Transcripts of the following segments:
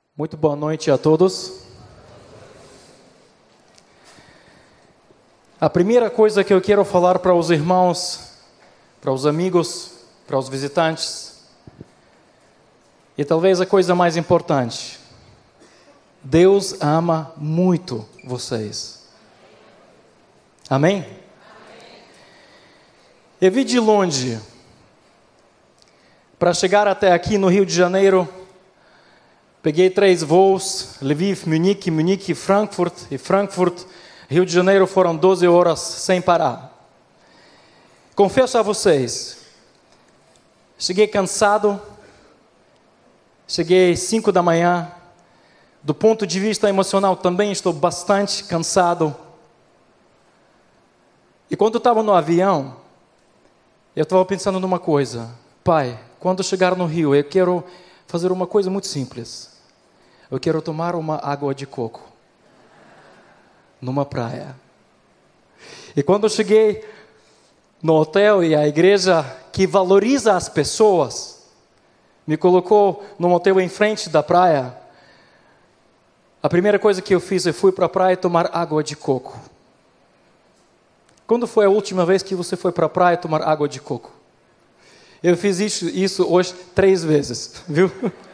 Muito boa noite a todos. A primeira coisa que eu quero falar para os irmãos, para os amigos, para os visitantes, e talvez a coisa mais importante: Deus ama muito vocês. Amém? Eu vim de longe para chegar até aqui no Rio de Janeiro. Peguei 3 voos, Lviv, Munique, Frankfurt, e Frankfurt, Rio de Janeiro, foram 12 horas sem parar. Confesso a vocês, cheguei cansado, cheguei 5 da manhã, do ponto de vista emocional também estou bastante cansado. E quando eu estava no avião, eu estava pensando numa coisa: Pai, quando chegar no Rio, eu quero fazer uma coisa muito simples. Eu quero tomar uma água de coco numa praia. E quando eu cheguei no hotel, e a igreja que valoriza as pessoas me colocou num hotel em frente da praia, a primeira coisa que eu fiz, eu fui para a praia tomar água de coco. Quando foi a última vez que você foi para a praia tomar água de coco? Eu fiz isso hoje 3 vezes, viu?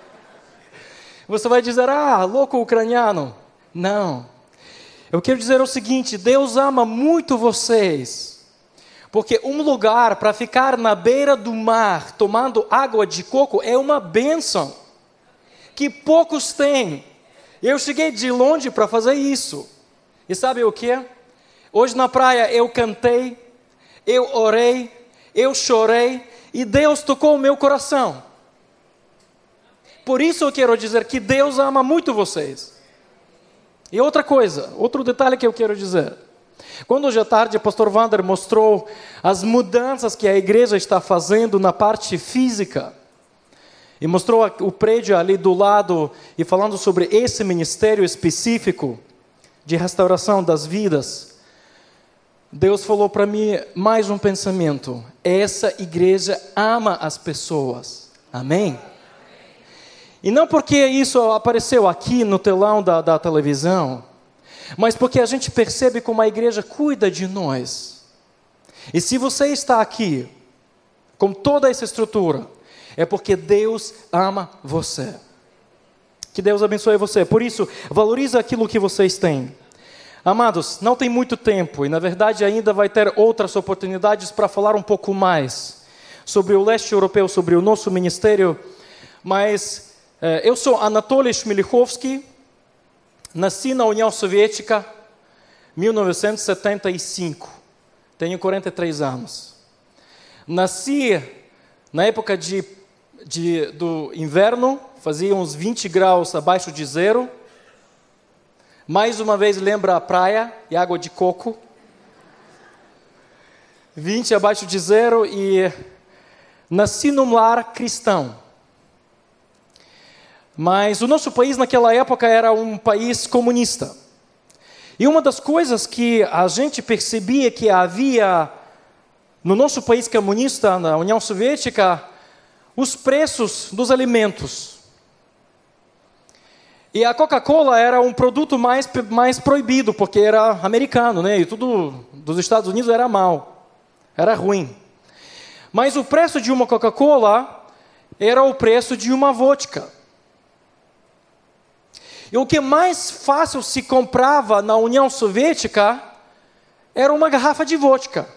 Você vai dizer: louco ucraniano. Não. Eu quero dizer o seguinte: Deus ama muito vocês, porque um lugar para ficar na beira do mar, tomando água de coco, é uma bênção, que poucos têm. Eu cheguei de longe para fazer isso. E sabe o que? Hoje na praia eu cantei, eu orei, eu chorei, e Deus tocou o meu coração. Por isso eu quero dizer que Deus ama muito vocês. E outra coisa, outro detalhe que eu quero dizer. Quando hoje à tarde o pastor Wander mostrou as mudanças que a igreja está fazendo na parte física, e mostrou o prédio ali do lado, e falando sobre esse ministério específico de restauração das vidas, Deus falou para mim mais um pensamento: essa igreja ama as pessoas. Amém? E não porque isso apareceu aqui no telão da televisão, mas porque a gente percebe como a igreja cuida de nós. E se você está aqui com toda essa estrutura, é porque Deus ama você. Que Deus abençoe você. Por isso, valorize aquilo que vocês têm. Amados, não tem muito tempo, e na verdade ainda vai ter outras oportunidades para falar um pouco mais sobre o leste europeu, sobre o nosso ministério, mas eu sou Anatoly Shmilyhovsky, nasci na União Soviética em 1975, tenho 43 anos. Nasci na época do inverno, fazia uns 20 graus abaixo de zero. Mais uma vez lembra a praia e água de coco. 20 abaixo de zero, e nasci num lar cristão. Mas o nosso país naquela época era um país comunista. E uma das coisas que a gente percebia que havia no nosso país comunista, na União Soviética, os preços dos alimentos. E a Coca-Cola era um produto mais proibido, porque era americano, né? E tudo dos Estados Unidos era mal, era ruim. Mas o preço de uma Coca-Cola era o preço de uma vodka. E o que mais fácil se comprava na União Soviética era uma garrafa de vodka.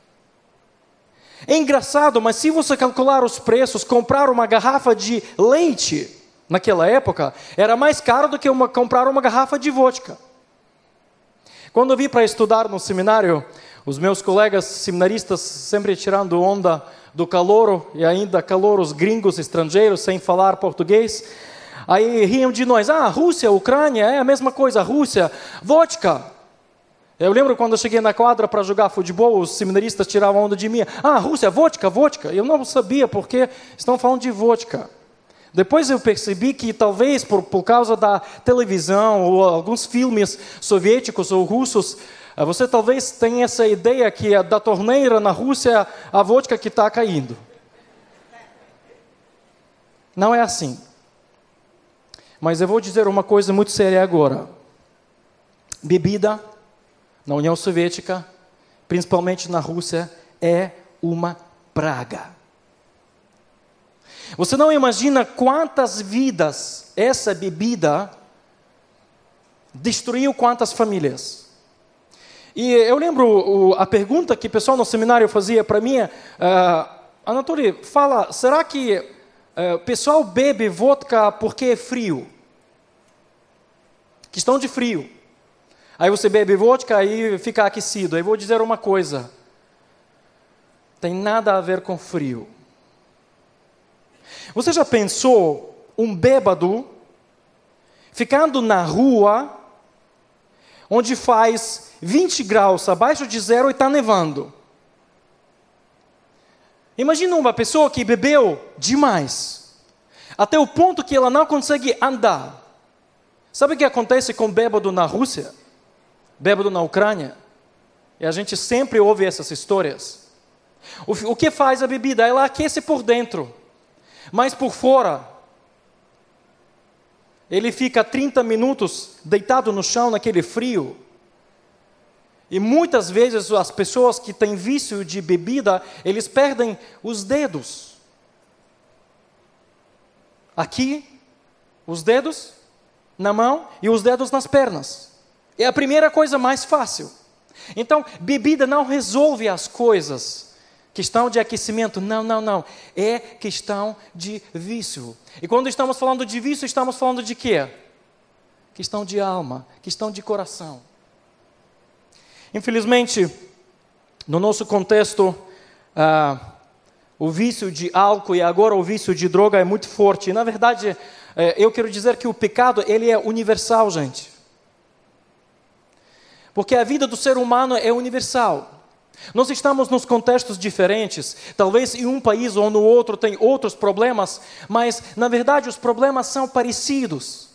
É engraçado, mas se você calcular os preços, comprar uma garrafa de leite naquela época era mais caro do que comprar uma garrafa de vodka. Quando eu vim para estudar no seminário, os meus colegas seminaristas sempre tirando onda do calouro, e ainda calouros gringos estrangeiros sem falar português, aí riam de nós: Rússia, Ucrânia, é a mesma coisa, Rússia, vodka. Eu lembro quando eu cheguei na quadra para jogar futebol, os seminaristas tiravam onda de mim: Rússia, vodka. Eu não sabia porque estão falando de vodka. Depois eu percebi que talvez por causa da televisão ou alguns filmes soviéticos ou russos, você talvez tenha essa ideia que da torneira na Rússia a vodka que está caindo. Não é assim. Mas eu vou dizer uma coisa muito séria agora. Bebida na União Soviética, principalmente na Rússia, é uma praga. Você não imagina quantas vidas essa bebida destruiu, quantas famílias. E eu lembro a pergunta que o pessoal no seminário fazia para mim, Anatoly, fala, será que o pessoal bebe vodka porque é frio? Questão de frio. Aí você bebe vodka e fica aquecido. Aí vou dizer uma coisa, tem nada a ver com frio. Você já pensou um bêbado ficando na rua onde faz 20 graus abaixo de zero e está nevando? Imagina uma pessoa que bebeu demais, até o ponto que ela não consegue andar. Sabe o que acontece com bêbado na Rússia? Bêbado na Ucrânia? E a gente sempre ouve essas histórias. O que faz a bebida? Ela aquece por dentro, mas por fora ele fica 30 minutos deitado no chão naquele frio. E muitas vezes as pessoas que têm vício de bebida, eles perdem os dedos. Aqui, os dedos na mão e os dedos nas pernas. É a primeira coisa mais fácil. Então, bebida não resolve as coisas. Questão de aquecimento, não. É questão de vício. E quando estamos falando de vício, estamos falando de quê? Questão de alma, questão de coração. Infelizmente, no nosso contexto, o vício de álcool e agora o vício de droga é muito forte. E, na verdade, eu quero dizer que o pecado, ele é universal, gente. Porque a vida do ser humano é universal. Nós estamos nos contextos diferentes, talvez em um país ou no outro tem outros problemas, mas na verdade os problemas são parecidos.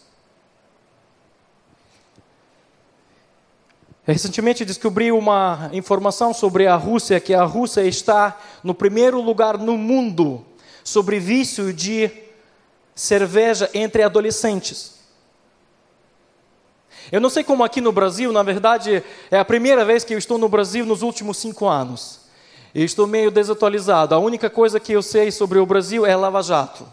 Recentemente descobri uma informação sobre a Rússia, que a Rússia está no primeiro lugar no mundo sobre vício de cerveja entre adolescentes. Eu não sei como aqui no Brasil, na verdade, é a primeira vez que eu estou no Brasil nos últimos 5 anos. Eu estou meio desatualizado. A única coisa que eu sei sobre o Brasil é Lava Jato.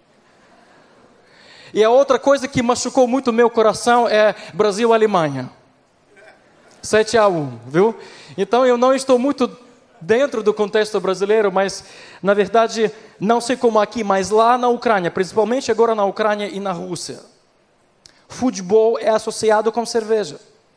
E a outra coisa que machucou muito o meu coração é Brasil-Alemanha. 7-1, viu? Então eu não estou muito dentro do contexto brasileiro, mas, na verdade, não sei como aqui, mas lá na Ucrânia, principalmente agora na Ucrânia e na Rússia, futebol é associado com cerveja.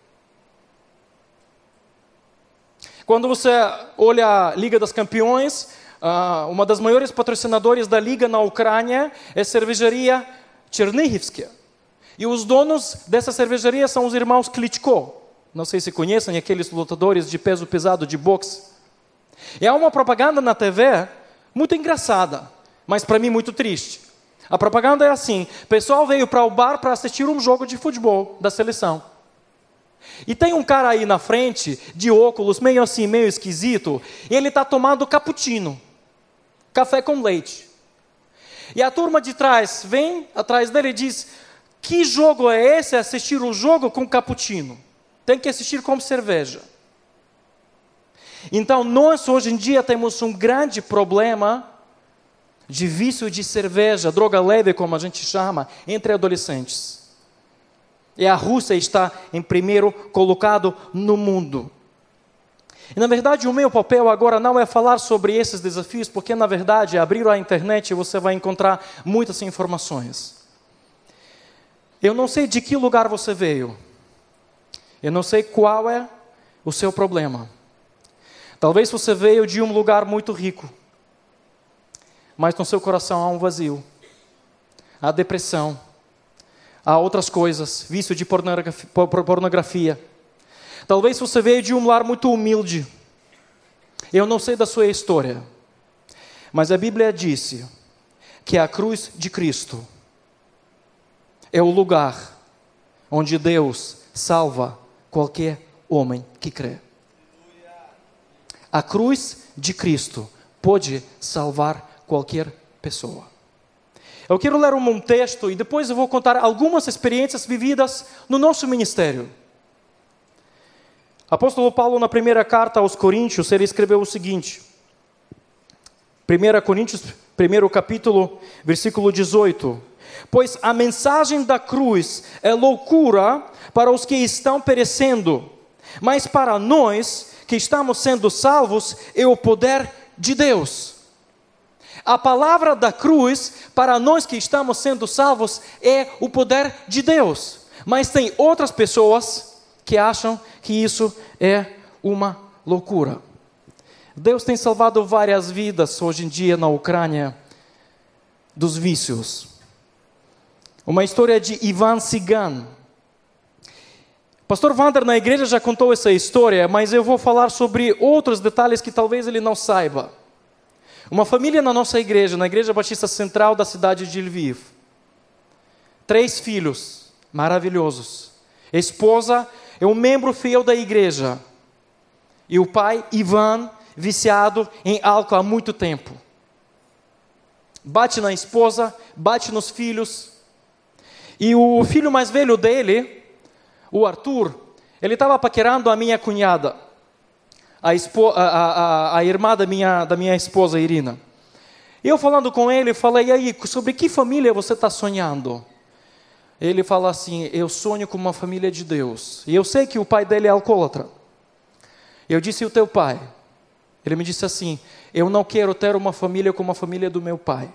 Quando você olha a Liga das Campeões, uma das maiores patrocinadoras da Liga na Ucrânia é a cervejaria Chernihivskaya. E os donos dessa cervejaria são os irmãos Klitschko. Não sei se conhecem aqueles lutadores de peso pesado de boxe. E há uma propaganda na TV muito engraçada, mas para mim muito triste. A propaganda é assim: o pessoal veio para o bar para assistir um jogo de futebol da seleção. E tem um cara aí na frente, de óculos, meio assim, meio esquisito, e ele está tomando cappuccino, café com leite. E a turma de trás vem atrás dele e diz: que jogo é esse, assistir o jogo com cappuccino? Tem que assistir com cerveja. Então nós hoje em dia temos um grande problema de vício de cerveja, droga leve, como a gente chama, entre adolescentes. E a Rússia está em primeiro colocado no mundo. E, na verdade, o meu papel agora não é falar sobre esses desafios, porque, na verdade, abrir a internet você vai encontrar muitas informações. Eu não sei de que lugar você veio. Eu não sei qual é o seu problema. Talvez você veio de um lugar muito rico, mas no seu coração há um vazio, há depressão, há outras coisas, vício de pornografia. Talvez você veio de um lar muito humilde. Eu não sei da sua história, mas a Bíblia disse que a cruz de Cristo é o lugar onde Deus salva qualquer homem que crê. A cruz de Cristo pode salvar qualquer pessoa. Eu quero ler um texto e depois eu vou contar algumas experiências vividas no nosso ministério. Apóstolo Paulo, na primeira carta aos Coríntios, ele escreveu o seguinte. 1 Coríntios, 1 capítulo, versículo 18. Pois a mensagem da cruz é loucura para os que estão perecendo, mas para nós que estamos sendo salvos é o poder de Deus. A palavra da cruz, para nós que estamos sendo salvos, é o poder de Deus. Mas tem outras pessoas que acham que isso é uma loucura. Deus tem salvado várias vidas hoje em dia na Ucrânia dos vícios. Uma história de Ivan Tsigan. Pastor Wander na igreja já contou essa história, mas eu vou falar sobre outros detalhes que talvez ele não saiba. Uma família na nossa igreja, na Igreja Batista Central da cidade de Lviv. 3 filhos maravilhosos. A esposa é um membro fiel da igreja. E o pai, Ivan, viciado em álcool há muito tempo. Bate na esposa, bate nos filhos. E o filho mais velho dele, o Arthur, ele estava paquerando a minha cunhada, a irmã da minha esposa, Irina. Eu falando com ele, falei, e aí, sobre que família você está sonhando? Ele fala assim, eu sonho com uma família de Deus. E eu sei que o pai dele é alcoólatra. Eu disse, e o teu pai? Ele me disse assim, eu não quero ter uma família como a família do meu pai.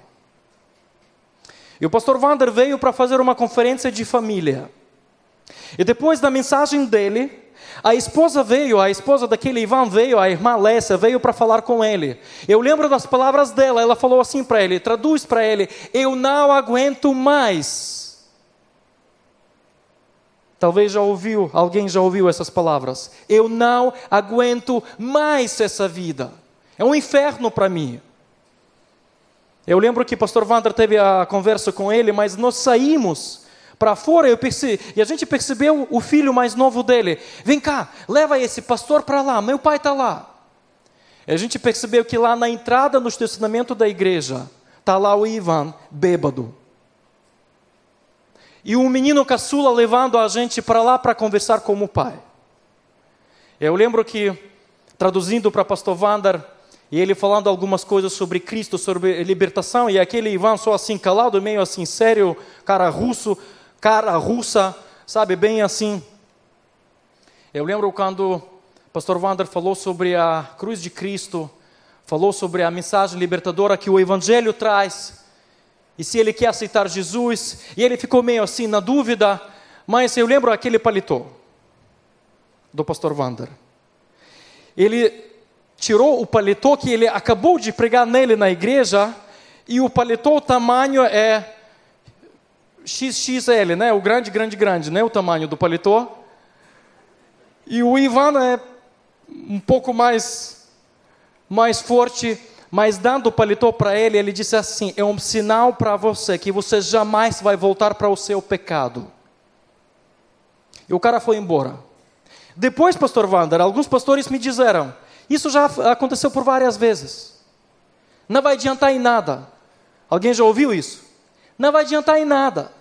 E o pastor Wander veio para fazer uma conferência de família. E depois da mensagem dele, a esposa daquele Ivan veio, a irmã Lécia veio para falar com ele. Eu lembro das palavras dela, ela falou assim para ele, traduz para ele, eu não aguento mais. Talvez alguém já ouviu essas palavras. Eu não aguento mais essa vida. É um inferno para mim. Eu lembro que o pastor Wander teve a conversa com ele, mas nós saímos para fora e a gente percebeu o filho mais novo dele. Vem cá, leva esse pastor para lá, meu pai está lá. E a gente percebeu que lá na entrada, no estacionamento da igreja, está lá o Ivan, bêbado. E o menino caçula levando a gente para lá para conversar com o pai. Eu lembro que, traduzindo para pastor Wander, e ele falando algumas coisas sobre Cristo, sobre libertação, e aquele Ivan só assim calado, meio assim sério, cara russa, sabe, bem assim. Eu lembro quando o pastor Wander falou sobre a cruz de Cristo, falou sobre a mensagem libertadora que o Evangelho traz, e se ele quer aceitar Jesus, e ele ficou meio assim na dúvida, mas eu lembro aquele paletó do pastor Wander. Ele tirou o paletó que ele acabou de pregar nele na igreja, e o paletó, o tamanho é XXL, né? O grande, né? O tamanho do paletó. E o Ivan é um pouco mais forte, mas dando o paletó para ele, ele disse assim, é um sinal para você, que você jamais vai voltar para o seu pecado. E o cara foi embora. Depois, pastor Wander, alguns pastores me disseram, isso já aconteceu por várias vezes. Não vai adiantar em nada. Alguém já ouviu isso? Não vai adiantar em nada.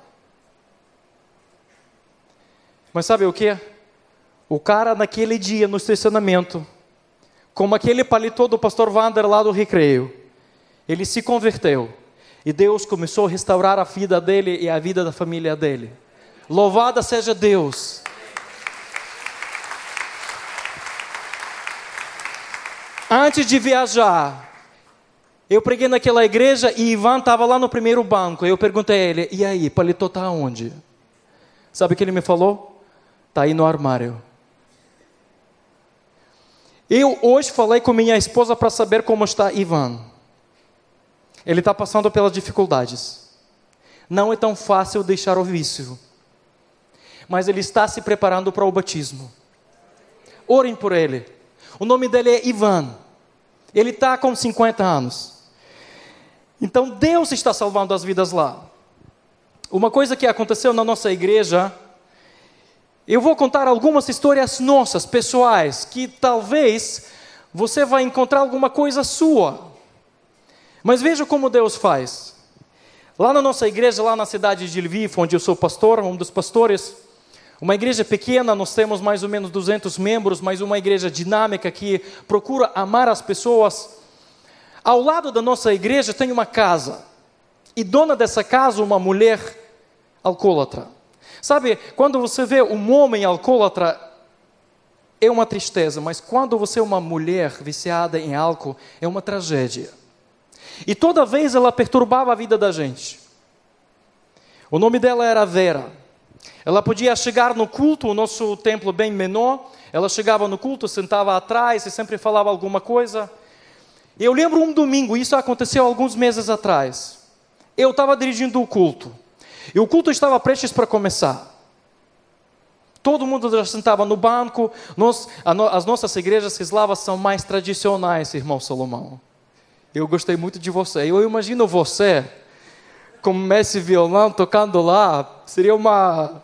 Mas sabe o que? O cara naquele dia no estacionamento, como aquele paletó do pastor Wander lá do Recreio, ele se converteu. E Deus começou a restaurar a vida dele e a vida da família dele. Louvado seja Deus. Antes de viajar, eu preguei naquela igreja e Ivan estava lá no primeiro banco. Eu perguntei a ele, e aí, paletó está onde? Sabe o que ele me falou? Está aí no armário. Eu hoje falei com minha esposa para saber como está Ivan. Ele está passando pelas dificuldades. Não é tão fácil deixar o vício. Mas ele está se preparando para o batismo. Orem por ele. O nome dele é Ivan. Ele está com 50 anos. Então Deus está salvando as vidas lá. Uma coisa que aconteceu na nossa igreja, eu vou contar algumas histórias nossas, pessoais, que talvez você vai encontrar alguma coisa sua. Mas veja como Deus faz. Lá na nossa igreja, lá na cidade de Lviv, onde eu sou pastor, um dos pastores, uma igreja pequena, nós temos mais ou menos 200 membros, mas uma igreja dinâmica que procura amar as pessoas. Ao lado da nossa igreja tem uma casa, e dona dessa casa, uma mulher alcoólatra. Sabe, quando você vê um homem alcoólatra, é uma tristeza, mas quando você é uma mulher viciada em álcool, é uma tragédia. E toda vez ela perturbava a vida da gente. O nome dela era Vera. Ela podia chegar no culto, o nosso templo bem menor, ela chegava no culto, sentava atrás e sempre falava alguma coisa. Eu lembro um domingo, isso aconteceu alguns meses atrás. Eu estava dirigindo o culto, e o culto estava prestes para começar. Todo mundo já sentava no banco. As nossas igrejas eslavas são mais tradicionais, irmão Salomão. Eu gostei muito de você. Eu imagino você, como mestre violão, tocando lá, seria uma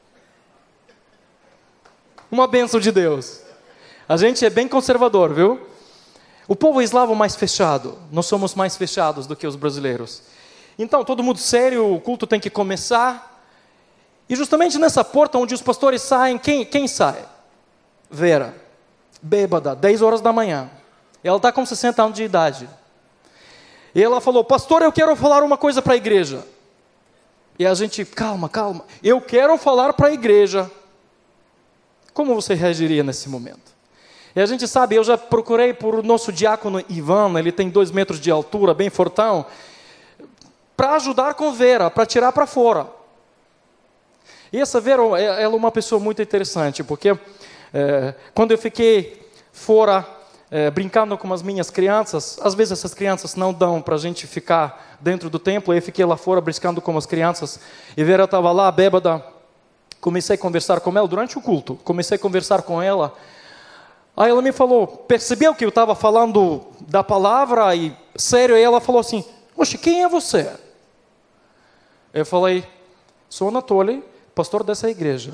bênção de Deus. A gente é bem conservador, viu? O povo eslavo é mais fechado. Nós somos mais fechados do que os brasileiros. Então, todo mundo sério, o culto tem que começar. E justamente nessa porta onde os pastores saem, quem sai? Vera, bêbada, 10 horas da manhã. Ela está com 60 anos de idade. E ela falou, pastor, eu quero falar uma coisa para a igreja. E a gente, calma, eu quero falar para a igreja. Como você reagiria nesse momento? E a gente sabe, eu já procurei por o nosso diácono Ivan, ele tem 2 metros de altura, bem fortão, para ajudar com Vera, para tirar para fora. E essa Vera, ela é uma pessoa muito interessante, porque quando eu fiquei fora, brincando com as minhas crianças, às vezes essas crianças não dão para a gente ficar dentro do templo, eu fiquei lá fora brincando com as crianças, e Vera estava lá, bêbada, comecei a conversar com ela, durante o culto, comecei a conversar com ela, aí ela me falou, percebeu que eu estava falando da palavra, e sério, e ela falou assim, oxe, quem é você? Eu falei, sou Anatoly, pastor dessa igreja.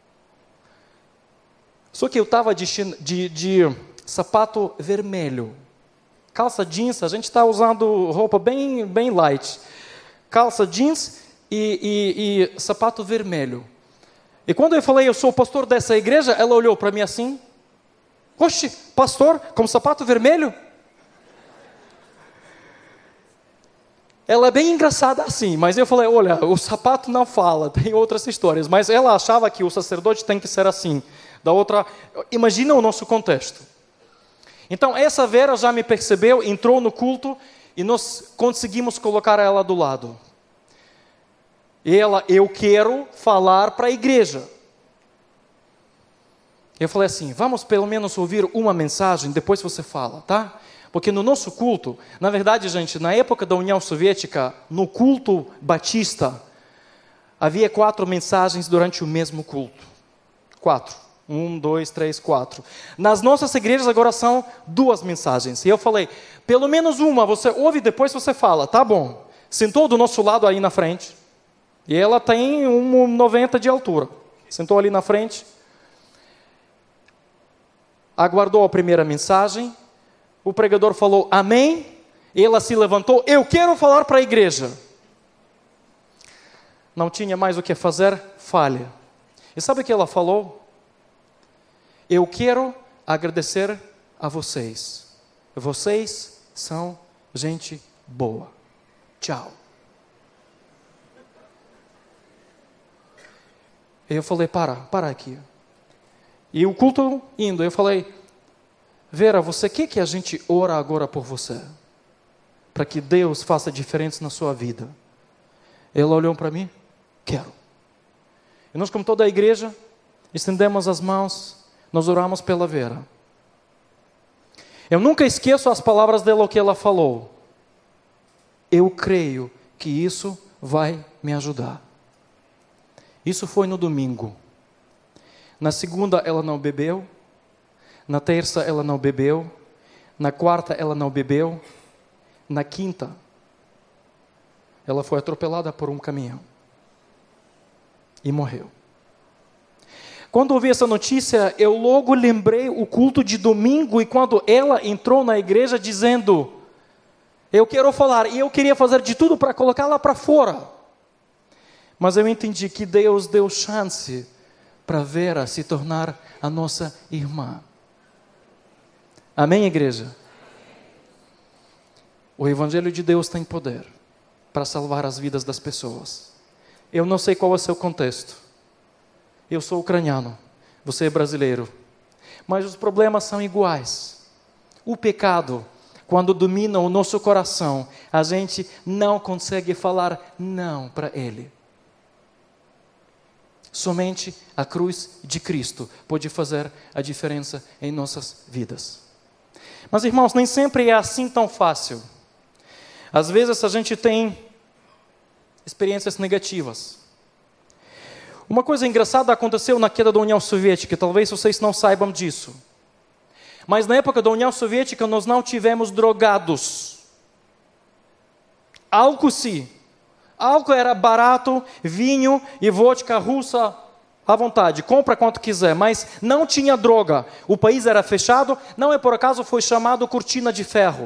Só que eu estava de sapato vermelho, calça jeans, a gente está usando roupa bem light, calça jeans e sapato vermelho. E quando eu falei, eu sou o pastor dessa igreja, ela olhou para mim assim, oxe, pastor com sapato vermelho? Ela é bem engraçada assim, mas eu falei, olha, o sapato não fala, tem outras histórias, mas ela achava que o sacerdote tem que ser assim. Da outra, imagina o nosso contexto. Então, essa Vera já me percebeu, entrou no culto e nós conseguimos colocar ela do lado. E ela, eu quero falar para a igreja. Eu falei assim, vamos pelo menos ouvir uma mensagem, depois você fala, tá? Porque no nosso culto, na verdade, gente, na época da União Soviética, no culto batista, havia 4 mensagens durante o mesmo culto. 4. 1, 2, 3, 4. Nas nossas igrejas agora são 2 mensagens. E eu falei, pelo menos uma, você ouve e depois você fala, tá bom. Sentou do nosso lado aí na frente. E ela tem 1,90 de altura. Sentou ali na frente. Aguardou a primeira mensagem. O pregador falou, amém. E ela se levantou, eu quero falar para a igreja. Não tinha mais o que fazer, falha. E sabe o que ela falou? Eu quero agradecer a vocês. Vocês são gente boa. Tchau. E eu falei, para aqui. E o culto indo, eu falei, Vera, você quer que a gente ora agora por você? Para que Deus faça diferença na sua vida. Ela olhou para mim, quero. E nós, como toda a igreja, estendemos as mãos, nós oramos pela Vera. Eu nunca esqueço as palavras dela, o que ela falou. Eu creio que isso vai me ajudar. Isso foi no domingo. Na segunda ela não bebeu. Na terça ela não bebeu. Na quarta ela não bebeu. Na quinta ela foi atropelada por um caminhão. E morreu. Quando ouvi essa notícia, eu logo lembrei o culto de domingo e quando ela entrou na igreja dizendo, Eu quero falar e eu queria fazer de tudo para colocá-la para fora. Mas eu entendi que Deus deu chance para Vera se tornar a nossa irmã. Amém, igreja? O Evangelho de Deus tem poder para salvar as vidas das pessoas. Eu não sei qual é o seu contexto. Eu sou ucraniano, você é brasileiro. Mas os problemas são iguais. O pecado, quando domina o nosso coração, a gente não consegue falar não para ele. Somente a cruz de Cristo pode fazer a diferença em nossas vidas. Mas, irmãos, nem sempre é assim tão fácil. Às vezes a gente tem experiências negativas. Uma coisa engraçada aconteceu na queda da União Soviética, talvez vocês não saibam disso. Mas na época da União Soviética nós não tivemos drogados. Álcool sim. Álcool era barato, vinho e vodka russa à vontade, compra quanto quiser, mas não tinha droga. O país era fechado, não é por acaso foi chamado cortina de ferro.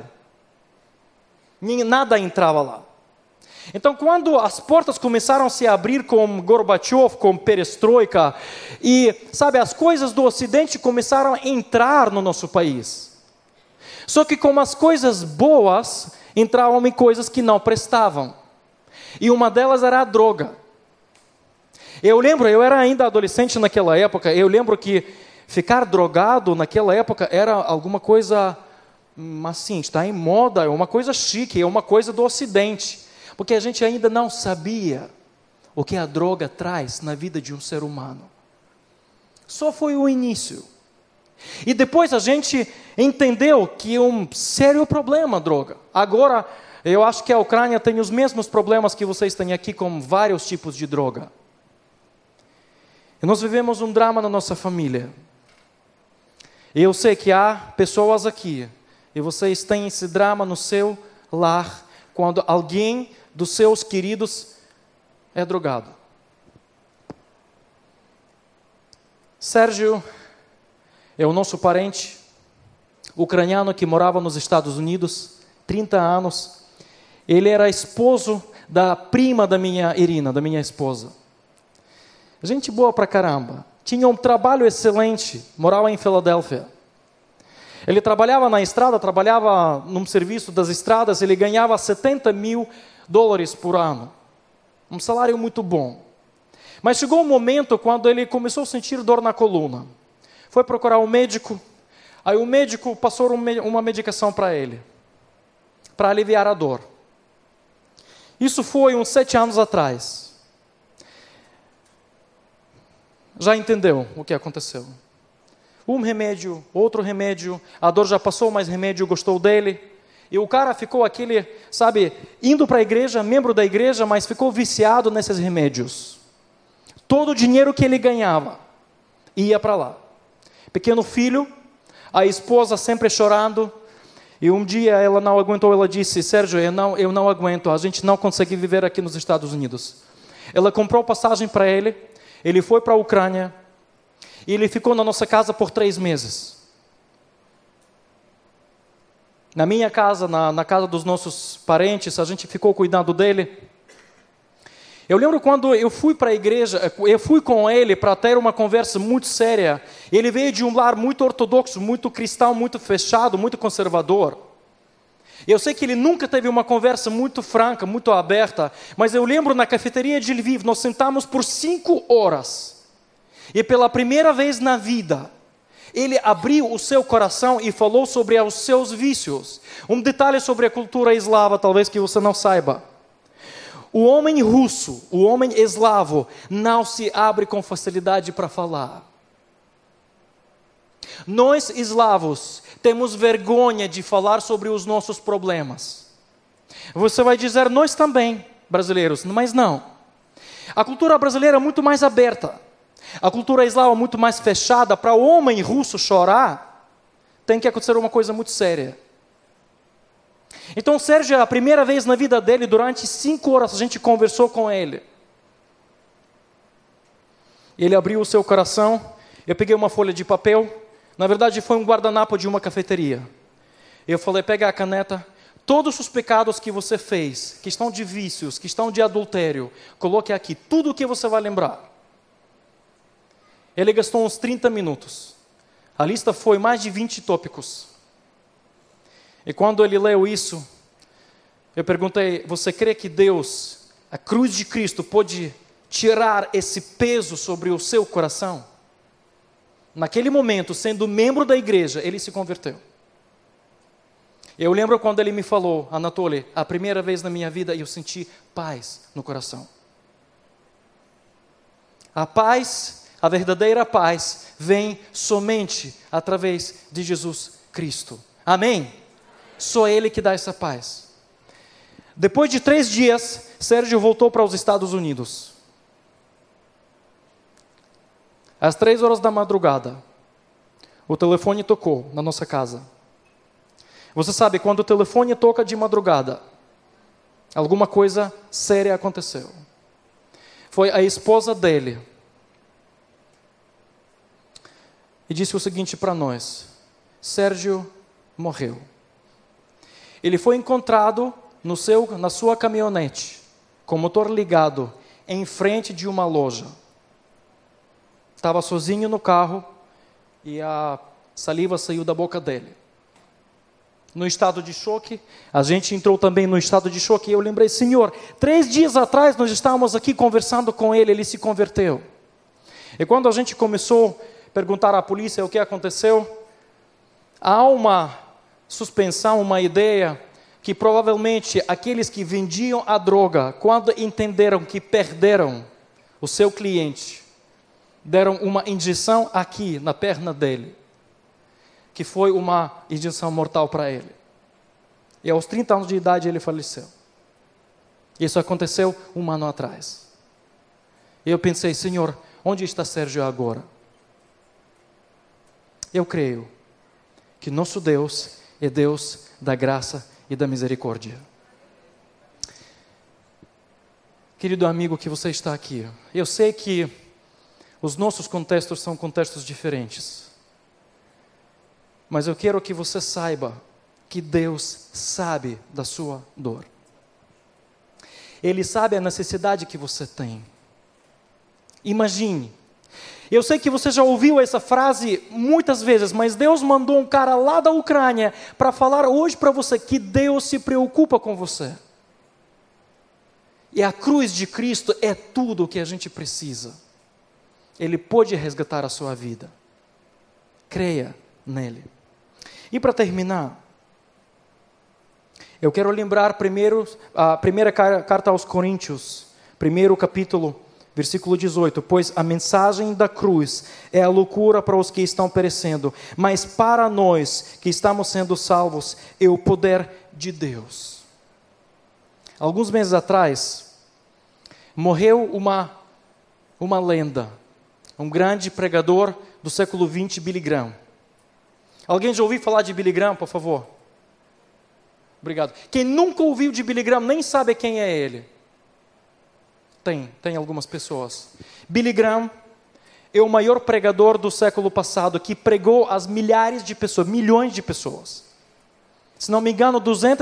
Nada entrava lá. Então, quando as portas começaram a se abrir com Gorbachev, com Perestroika, e, as coisas do Ocidente começaram a entrar no nosso país. Só que com as coisas boas, entravam em coisas que não prestavam. E uma delas era a droga. Eu era ainda adolescente naquela época, eu lembro que ficar drogado naquela época era alguma coisa, assim, está em moda, é uma coisa chique, é uma coisa do Ocidente. Porque a gente ainda não sabia o que a droga traz na vida de um ser humano. Só foi o início. E depois a gente entendeu que é um sério problema a droga. Agora, eu acho que a Ucrânia tem os mesmos problemas que vocês têm aqui com vários tipos de droga. E nós vivemos um drama na nossa família. E eu sei que há pessoas aqui, e vocês têm esse drama no seu lar, quando alguém dos seus queridos é drogado. Sérgio é o nosso parente ucraniano que morava nos Estados Unidos, 30 anos. Ele era esposo da prima da minha Irina, da minha esposa. Gente boa pra caramba. Tinha um trabalho excelente, morava em Filadélfia. Ele trabalhava na estrada, trabalhava num serviço das estradas, ele ganhava $70,000 por ano. Um salário muito bom. Mas chegou um momento quando ele começou a sentir dor na coluna. Foi procurar um médico, aí o médico passou uma medicação para ele, para aliviar a dor. Isso foi uns 7 anos atrás. Já entendeu o que aconteceu? Um remédio, outro remédio, a dor já passou, mas o remédio gostou dele. E o cara ficou indo para a igreja, membro da igreja, mas ficou viciado nesses remédios. Todo o dinheiro que ele ganhava ia para lá. Pequeno filho, a esposa sempre chorando. E um dia ela não aguentou, ela disse: Sérgio, eu não aguento, a gente não consegue viver aqui nos Estados Unidos. Ela comprou passagem para ele, ele foi para a Ucrânia, e ele ficou na nossa casa por 3 meses. Na minha casa, na casa dos nossos parentes, a gente ficou cuidando dele. Eu lembro quando eu fui para a igreja, eu fui com ele para ter uma conversa muito séria. Ele veio de um lar muito ortodoxo, muito cristão, muito fechado, muito conservador. Eu sei que ele nunca teve uma conversa muito franca, muito aberta, mas eu lembro na cafeteria de Lviv, nós sentamos por 5 horas. E pela primeira vez na vida, ele abriu o seu coração e falou sobre os seus vícios. Um detalhe sobre a cultura eslava, talvez que você não saiba. O homem russo, o homem eslavo, não se abre com facilidade para falar. Nós, eslavos, temos vergonha de falar sobre os nossos problemas. Você vai dizer, nós também, brasileiros, mas não. A cultura brasileira é muito mais aberta. A cultura eslava é muito mais fechada. Para o homem russo chorar, tem que acontecer uma coisa muito séria. Então, Sérgio, a primeira vez na vida dele, durante 5 horas, a gente conversou com ele. Ele abriu o seu coração, eu peguei uma folha de papel, na verdade foi um guardanapo de uma cafeteria. Eu falei, pega a caneta, Todos os pecados que você fez, que estão de vícios, que estão de adultério, coloque aqui tudo o que você vai lembrar. Ele gastou uns 30 minutos. A lista foi mais de 20 tópicos. E quando ele leu isso, eu perguntei, você crê que Deus, a cruz de Cristo, pode tirar esse peso sobre o seu coração? Naquele momento, sendo membro da igreja, ele se converteu. Eu lembro quando ele me falou, Anatoly, a primeira vez na minha vida eu senti paz no coração. A paz, a verdadeira paz, vem somente através de Jesus Cristo. Amém? Só Ele que dá essa paz. Depois de 3 dias, Sérgio voltou para os Estados Unidos. Às 3 horas da madrugada, o telefone tocou na nossa casa. Você sabe, quando o telefone toca de madrugada, alguma coisa séria aconteceu. Foi a esposa dele. E disse o seguinte para nós: Sérgio morreu. Ele foi encontrado na sua caminhonete, com o motor ligado, em frente de uma loja. Estava sozinho no carro e a saliva saiu da boca dele. No estado de choque, a gente entrou também no estado de choque, e eu lembrei, Senhor, 3 dias atrás nós estávamos aqui conversando com ele se converteu. E quando a gente começou a perguntar à polícia o que aconteceu, há uma suspensão, uma ideia, que provavelmente aqueles que vendiam a droga, quando entenderam que perderam o seu cliente, deram uma injeção aqui na perna dele, que foi uma injeção mortal para ele. E aos 30 anos de idade ele faleceu. Isso aconteceu 1 ano atrás. E eu pensei, Senhor, onde está Sérgio agora? Eu creio que nosso Deus é Deus da graça e da misericórdia. Querido amigo que você está aqui, eu sei que os nossos contextos são contextos diferentes. Mas eu quero que você saiba que Deus sabe da sua dor. Ele sabe a necessidade que você tem. Imagine. Eu sei que você já ouviu essa frase muitas vezes, mas Deus mandou um cara lá da Ucrânia para falar hoje para você que Deus se preocupa com você. E a cruz de Cristo é tudo o que a gente precisa. Ele pode resgatar a sua vida. Creia nele. E para terminar, eu quero lembrar primeiro a primeira carta aos Coríntios, 1º capítulo, versículo 18. Pois a mensagem da cruz é a loucura para os que estão perecendo, mas para nós que estamos sendo salvos é o poder de Deus. Alguns meses atrás, morreu uma lenda, um grande pregador do século XX, Billy Graham. Alguém já ouviu falar de Billy Graham, por favor? Obrigado. Quem nunca ouviu de Billy Graham nem sabe quem é ele. Tem algumas pessoas. Billy Graham é o maior pregador do século passado, que pregou às milhares de pessoas, milhões de pessoas. Se não me engano,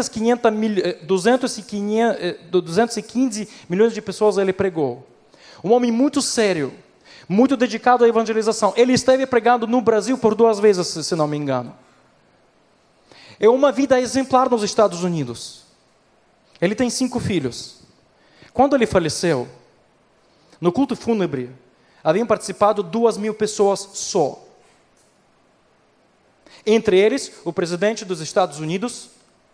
215 milhões de pessoas ele pregou. Um homem muito sério, muito dedicado à evangelização. Ele esteve pregando no Brasil por 2 vezes, se não me engano. É uma vida exemplar nos Estados Unidos. Ele tem 5 filhos. Quando ele faleceu, no culto fúnebre, haviam participado 2.000 pessoas só. Entre eles, o presidente dos Estados Unidos.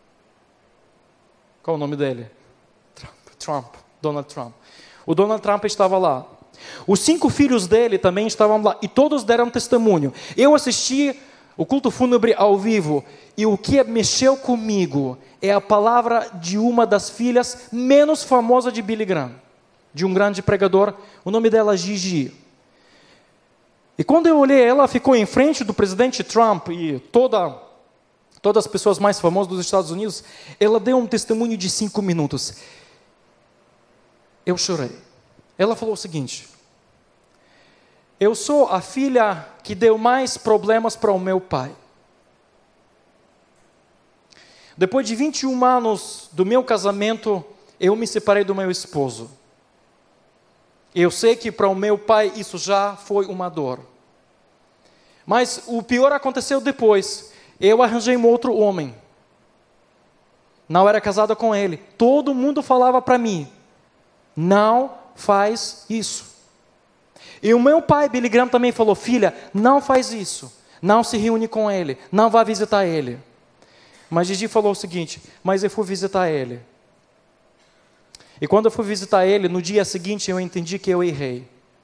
Qual o nome dele? Donald Trump. O Donald Trump estava lá. Os 5 filhos dele também estavam lá. E todos deram testemunho. Eu assisti o culto fúnebre ao vivo. E o que mexeu comigo é a palavra de uma das filhas menos famosas de Billy Graham. De um grande pregador. O nome dela é Gigi. E quando eu olhei, ela ficou em frente do presidente Trump e todas as pessoas mais famosas dos Estados Unidos. Ela deu um testemunho de 5 minutos. Eu chorei. Ela falou o seguinte: eu sou a filha que deu mais problemas para o meu pai. Depois de 21 anos do meu casamento, eu me separei do meu esposo. Eu sei que para o meu pai isso já foi uma dor. Mas o pior aconteceu depois. Eu arranjei um outro homem. Não era casada com ele. Todo mundo falava para mim, não faz isso. E o meu pai, Billy Graham, também falou, filha, não faz isso. Não se reúne com ele. Não vá visitar ele. Mas Gigi falou o seguinte, mas eu fui visitar ele. E quando eu fui visitar ele, no dia seguinte eu entendi que eu errei.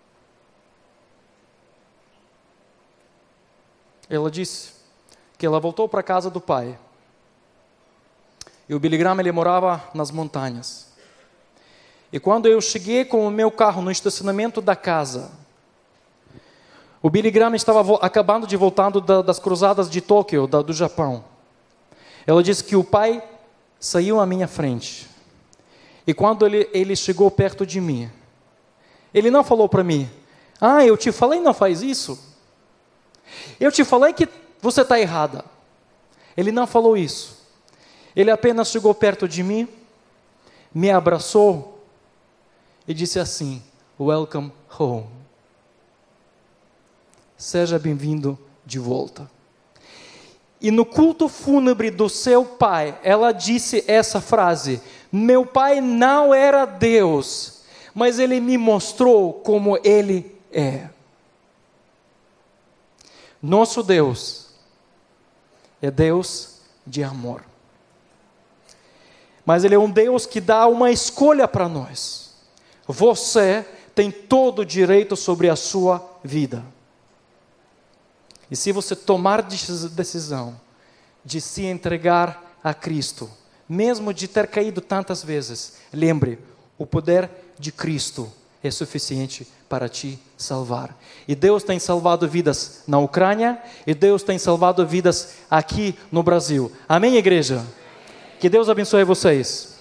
Ela disse que ela voltou para a casa do pai. E o Billy Graham, ele morava nas montanhas. E quando eu cheguei com o meu carro no estacionamento da casa, o Billy Graham estava acabando de voltar das cruzadas de Tóquio, do Japão. Ela disse que o pai saiu à minha frente. E quando ele chegou perto de mim, ele não falou para mim, eu te falei, não faz isso. Eu te falei que você está errada. Ele não falou isso. Ele apenas chegou perto de mim, me abraçou e disse assim, welcome home. Seja bem-vindo de volta. E no culto fúnebre do seu pai, ela disse essa frase, meu pai não era Deus, mas ele me mostrou como ele é. Nosso Deus é Deus de amor. Mas ele é um Deus que dá uma escolha para nós. Você tem todo o direito sobre a sua vida. E se você tomar decisão de se entregar a Cristo, mesmo de ter caído tantas vezes, lembre, o poder de Cristo é suficiente para te salvar. E Deus tem salvado vidas na Ucrânia, e Deus tem salvado vidas aqui no Brasil. Amém, igreja? Que Deus abençoe vocês.